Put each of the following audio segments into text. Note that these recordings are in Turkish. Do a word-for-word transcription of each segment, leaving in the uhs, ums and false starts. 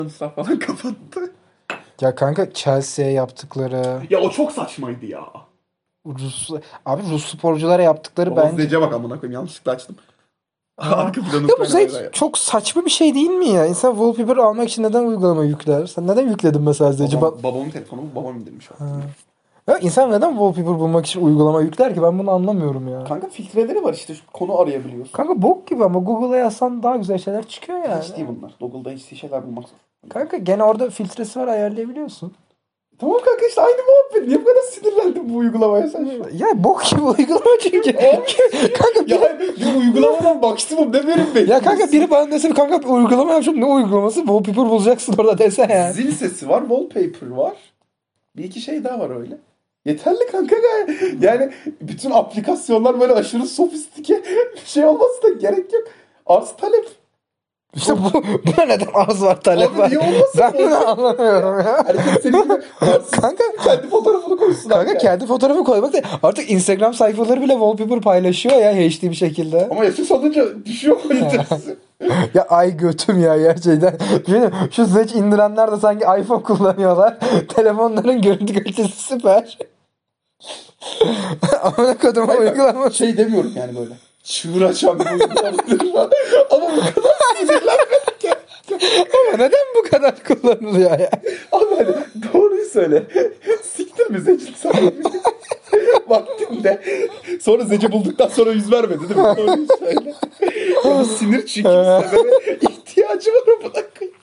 falan kapattı. Ya kanka Chelsea'ye yaptıkları. Ya o çok saçmaydı ya. Rus, abi Rus sporculara yaptıkları O bence. Zece bak amına koyayım, yanlışlıkla açtım. Aa. Arka planı Ya bu Ukrayna Zec bayrağı. çok saçma bir şey değil mi ya? İnsan wallpaper almak için neden uygulama yükler? Sen neden yükledin mesela Zec'i? Babam, babamın telefonu bu, babam indirmiş o. Ya insan neden wallpaper bulmak için uygulama yükler ki? Ben bunu anlamıyorum ya. Kanka filtreleri var işte, konu arayabiliyorsun. Kanka bok gibi ama Google'a yazsan daha güzel şeyler çıkıyor yani. Hiç değil bunlar. Google'da hiç şeyler bulmak zor. Kanka gene orada filtresi var, ayarlayabiliyorsun. Tamam kanka, işte aynı muhabbet. Niye bu kadar sinirlendin bu uygulamaya sen şu an? Ya bok gibi uygulama çünkü. kanka biri... Ya bir uygulamadan maksimum ne verim bekliyorsun? Ya kanka biri bana dese kanka bir uygulama yapacağım. Ne uygulaması? Wallpaper bulacaksın orada dese yani. Zil sesi var, wallpaper var. Bir iki şey daha var öyle. Yeterli kanka gayet. Yani bütün aplikasyonlar böyle aşırı sofistike bir şey olması da gerek yok. Arz talep. İşte bu, buna neden az var talep Abi var. niye olmasın Ben bu? bunu anlamıyorum ya. Herkes senin gibi arsız Kanka kendi fotoğrafını koysun. Kanka kendi fotoğrafı koymak da artık Instagram sayfaları bile wallpaper paylaşıyor ya H D bir şekilde. Ama S S alınca düşüyor kalitesi. Ya ay götüm ya gerçekten. Benim şu Zec indirenler de sanki iPhone kullanıyorlar. Telefonların görüntü kalitesi süper. Amına kodum uygulama. Şey demiyorum yani böyle. Çığır açan bir uygulama. Ama bu kadar sinirlenmedik ya. Ama neden bu kadar kullanılıyor ya? Abi hani doğruyu söyle. Siktir mi Zec'in sana? Vaktinde. Sonra Zec'i bulduktan sonra yüz vermedi değil mi? Doğruyu söyle. Ama sinir çünkü sebebe ihtiyacı var o buna koyayım.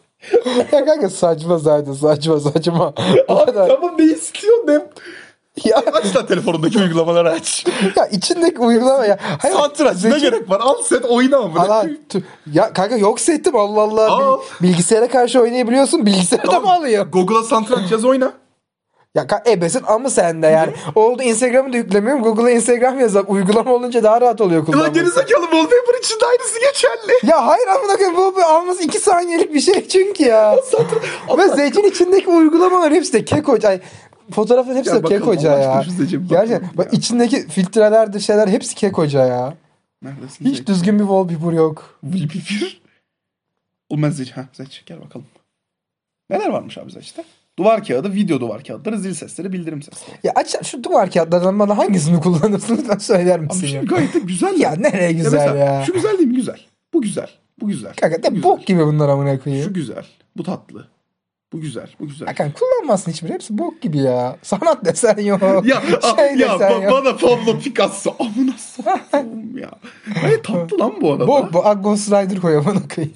Ya kanka saçma zaten saçma saçma. Bu Abi kadar. tamam, ne istiyorsun ne? Ya, Aç lan telefonundaki uygulamaları aç. ya içindeki uygulama ya. Hayır, Satranç ne Zec'in- gerek var? Al set oyna ama. Ana, t- ya kanka yok settim Allah Allah. Al. Bil- bilgisayara karşı oynayabiliyorsun. Bilgisayarda mı alıyor? Google'a satranç yaz oyna. Ya ka- ebesin amı sende yani. Oldu Instagram'ı da yüklemiyorum. Google'a Instagram yazak. Uygulama olunca daha rahat oluyor Ulan kullanması. gerizekalı, wallpaper için de aynısı geçerli. Ya hayır amına koyayım bu alması iki saniyelik bir şey çünkü ya. Satranç. Ve Zec'in içindeki uygulamalar hepsi de kek hoca. Ay, fotoğrafın hepsi Ya de kek bakalım, hoca Allah ya. aşkına şu Zec'e bir bakalım Gerçekten bak ya. içindeki filtreler de şeyler hepsi kek hoca ya. Neredesin Hiç Zec? düzgün bir wallpaper yok. Wallpaper. Oğlum ben Zec. Ha Zec gel bakalım. Neler varmış abi Zec'te? Duvar kağıdı, video duvar kağıtları, zil sesleri, bildirim sesleri. Ya aç şu duvar kağıtlarından bana hangisini kullanırsın lütfen söyler Abi misin ya? şimdi gayet de güzel. Ya nereye güzel ya? mesela, şu güzel değil mi? Güzel. Bu güzel. Bu güzel. Kanka Bu de güzel. bok gibi bunlar amına koyayım. Şu güzel. Bu tatlı. Bu güzel. Bu güzel. Ya kanka kullanmazsın hiçbir hepsi bok gibi ya. Sanat desen yok. Ya, şey ya desen ba- yok. bana Pablo Picasso. Amına s***im ya. Ne tatlı lan bu arada. Bok bu. Ghost Rider koy amına koyayım.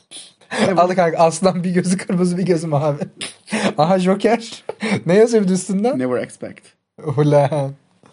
Al kanka aslan bir gözü kırmızı bir gözü mavi. Aha Joker. Ne yazıyor bir de üstünden? Never expect. Ulan.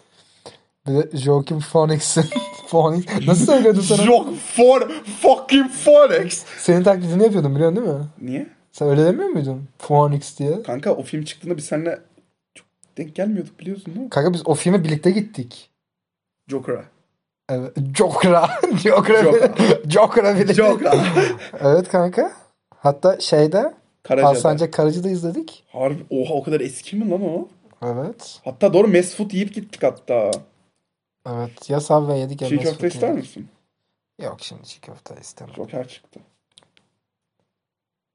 Bir de Joaquin Phoenix'in Phoenix. Nasıl söylüyordun sana? Yok for fucking Phoenix. Senin taklidini yapıyordum biliyorsun değil mi? Niye? Sen öyle demiyor muydun? Phoenix diye. Kanka o film çıktığında biz seninle çok denk gelmiyorduk, biliyorsun değil mi? Kanka biz o filme birlikte gittik. Joker'a. Evet. Joker'a. Joker'a. Joker. Joker'a birlikte. Joker'a. Evet kanka. Hatta şeyde Karaca'da. Alsancak Karaca'da izledik. Harbi oha, o kadar eski mi lan o? Evet. Hatta doğru, Mesut food yiyip gittik hatta. Evet. Ya Subway yedik ya Çiğ Mesut köfte ister yedik. misin? Yok şimdi çiğ köfte istemem. Joker çıktı.